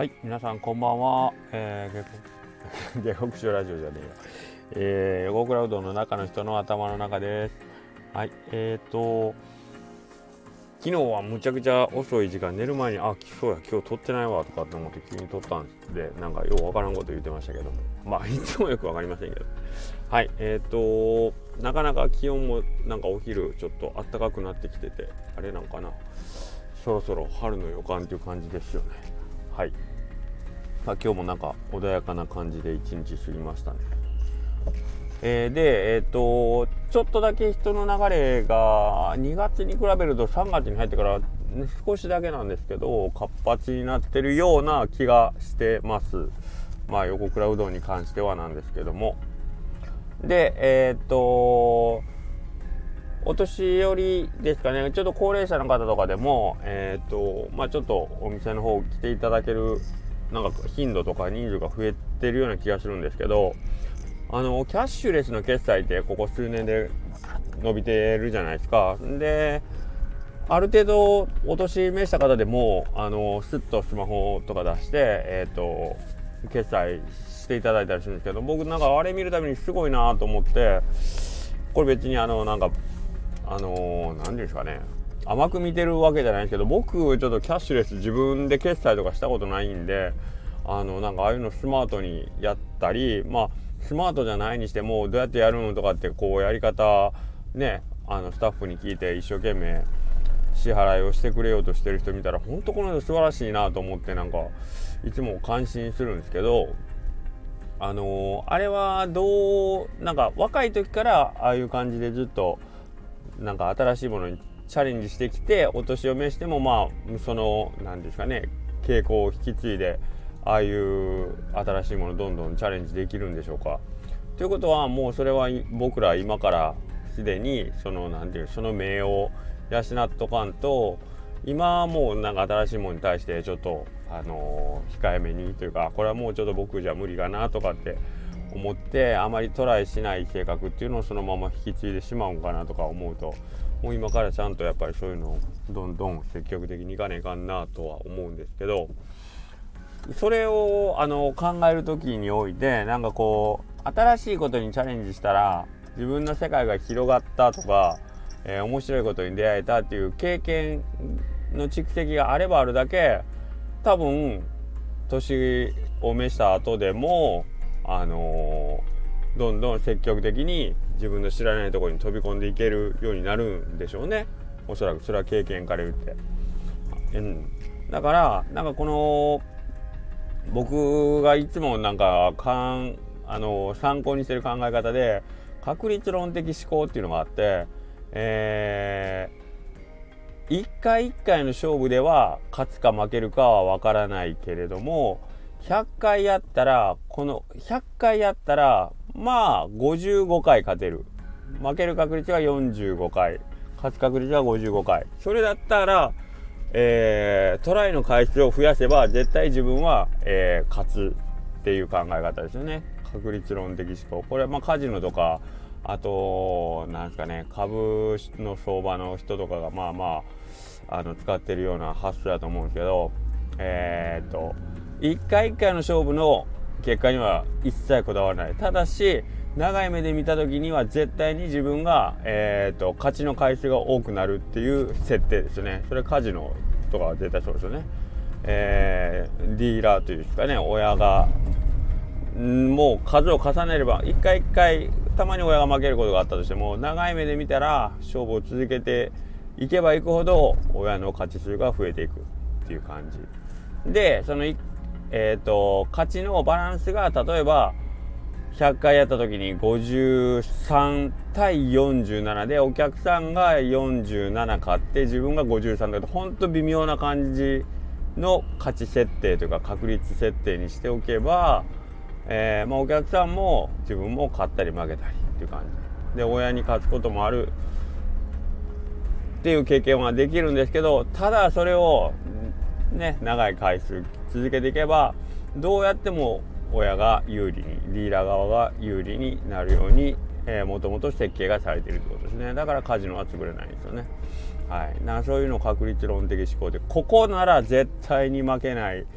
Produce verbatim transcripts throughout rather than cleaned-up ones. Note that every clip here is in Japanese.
はい、皆さんこんばんは。えー、下克上ラジオじゃねえよ。えー、横クラウドの中の人の頭の中です。はい、えーと、昨日はむちゃくちゃ遅い時間、寝る前に、あ、そうや、今日撮ってないわとかって思って急に撮ったんで、なんかようわからんこと言ってましたけども、まあ、いつもよくわかりませんけど。はい、えーと、なかなか気温もなんかお昼ちょっと暖かくなってきてて、あれなんかな、そろそろ春の予感っていう感じですよね。はい。まあ、今日もなんか穏やかな感じで一日過ぎましたね。えー、で、えーと、ちょっとだけ人の流れがにがつに比べるとさんがつに入ってから少しだけなんですけど活発になってるような気がしてます。まあ横倉うどんに関してはなんですけども。で、えーと、お年寄りですかね、ちょっと高齢者の方とかでも、えーと、まあちょっとお店の方来ていただけるなんか頻度とか人数が増えてるような気がするんですけど、あのキャッシュレスの決済ってここ数年で伸びてるじゃないですか。で、ある程度お年召した方でもあのスッとスマホとか出して、えーと、決済していただいたりするんですけど、僕なんかあれ見るたびにすごいなと思って、これ別にあのなんかあの何ていうんですかね、甘く見てるわけじゃないんですけど、僕ちょっとキャッシュレス自分で決済とかしたことないんで、あのなんかああいうのスマートにやったり、まあスマートじゃないにしてもどうやってやるのとかってこうやり方ね、あのスタッフに聞いて一生懸命支払いをしてくれようとしてる人見たら、本当この人素晴らしいなと思って、なんかいつも感心するんですけど、あのー、あれはどうなんか若い時からああいう感じでずっとなんか新しいものにチャレンジしてきて、お年を召してもまあその何ですかね、傾向を引き継いでああいう新しいものをどんどんチャレンジできるんでしょうか。ということはもうそれは僕ら今からすでにその何ていうその名を養っとかんと、今はもうなんか新しいものに対してちょっとあのー、控えめにというか、これはもうちょっと僕じゃ無理かなとかって思ってあまりトライしない性格っていうのをそのまま引き継いでしまうんかなとか思うと、もう今からちゃんとやっぱりそういうのをどんどん積極的にいかねえかんなとは思うんですけど、それをあの考える時において、なんかこう新しいことにチャレンジしたら自分の世界が広がったとか、えー、面白いことに出会えたっていう経験の蓄積があればあるだけ、多分年を召した後でもあのー、どんどん積極的に自分の知らないところに飛び込んでいけるようになるんでしょうね。おそらくそれは経験から言って、うん、だからなんかこの僕がいつもなんかかんあの参考にしてる考え方で、確率論的思考っていうのがあって、えー、一回一回の勝負では勝つか負けるかは分からないけれども、ひゃっかいやったらこのひゃっかいやったらまあごじゅうごかい勝てる、負ける確率がよんじゅうごかい、勝つ確率がごじゅうごかい、それだったらえー、トライの回数を増やせば絶対自分は、えー、勝つっていう考え方ですよね。確率論的思考、これはまあカジノとか、あとなんですかね、株の相場の人とかがまあまああの使ってるような発想だと思うんですけど、えー、っと一回一回の勝負の結果には一切こだわらない。ただし長い目で見た時には絶対に自分が、えー、と勝ちの回数が多くなるっていう設定ですね。それカジノとかは絶対そうですよね。えー、ディーラーというですかね、親がんもう数を重ねれば一回一回、たまに親が負けることがあったとしても、長い目で見たら勝負を続けていけばいくほど親の勝ち数が増えていくっていう感じで、その、えー、と勝ちのバランスが例えばひゃっかいやった時にごじゅうさんたいよんじゅうななで、お客さんがよんじゅうなな勝って自分がごじゅうさんだと、ほんと微妙な感じの価値設定というか確率設定にしておけば、えーまあ、お客さんも自分も勝ったり負けたりっていう感じで、親に勝つこともあるっていう経験はできるんですけど、ただそれをね長い回数続けていけばどうやっても親が有利に、リーダー側が有利になるように、えー、もともと設計がされているということですね。だからカジノは潰れないんですよね。はい、なんかそういうのを確率論的思考で、ここなら絶対に負けない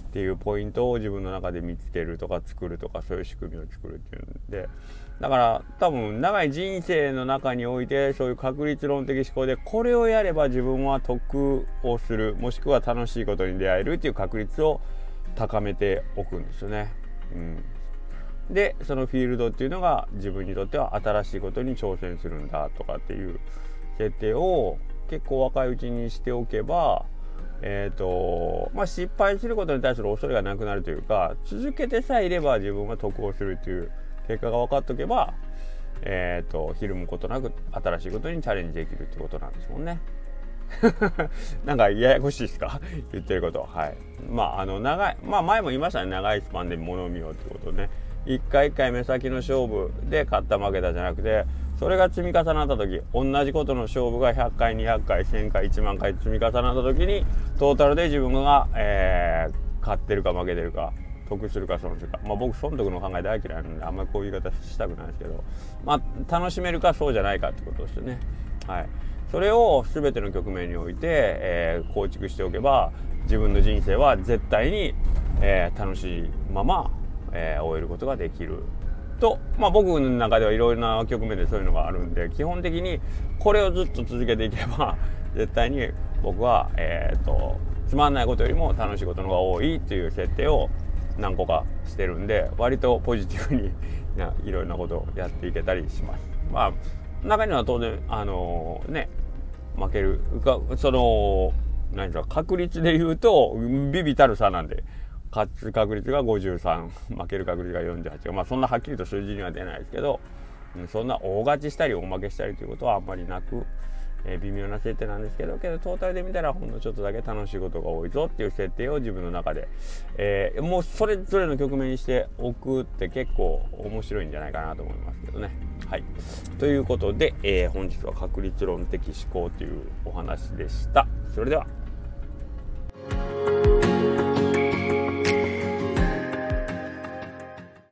っていうポイントを自分の中で見つけるとか作るとか、そういう仕組みを作るっていうんで、だから多分長い人生の中においてそういう確率論的思考でこれをやれば自分は得をする、もしくは楽しいことに出会えるっていう確率を高めておくんですよね。うんでそのフィールドっていうのが自分にとっては新しいことに挑戦するんだとかっていう設定を結構若いうちにしておけば、えーとまあ、失敗することに対する恐れがなくなるというか、続けてさえいれば自分は得をするという結果が分かっておけば、えーとひるむことなく新しいことにチャレンジできるってことなんですもんね。なんかややこしいですか言ってること。はい。まああの長いまあ前も言いましたね、長いスパンで物を見ようってことね。一回一回目先の勝負で勝った負けたじゃなくて、それが積み重なった時、同じことの勝負がひゃっかいにひゃっかいせんかいいちまんかい積み重なった時にトータルで自分が、えー、勝ってるか負けてるか、得するか損するか、まあ僕損得の考え大嫌いなのであんまりこういう言い方したくないですけど、まあ楽しめるかそうじゃないかってことですよね。はい。それを全ての局面において、えー、構築しておけば自分の人生は絶対に、えー、楽しいまま、えー、終えることができると、まあ僕の中ではいろいろな局面でそういうのがあるんで、基本的にこれをずっと続けていけば絶対に僕は、えー、とつまんないことよりも楽しいことの方が多いっていう設定を何個かしてるんで、割とポジティブにいろいろなことをやっていけたりします。まあ中には当然あのー、ね負けるか、その何ですか、確率で言うと微々たる差なんで、勝つ確率がごじゅうさん、負ける確率がよんじゅうはち、まあそんなはっきりと数字には出ないですけど、そんな大勝ちしたり大負けしたりということはあんまりなく、えー、微妙な設定なんですけど、けどトータルで見たらほんのちょっとだけ楽しいことが多いぞっていう設定を自分の中で、えー、もうそれぞれの局面にしておくって結構面白いんじゃないかなと思いますけどね。はい、ということで、えー、本日は確率論的思考というお話でした。それでは。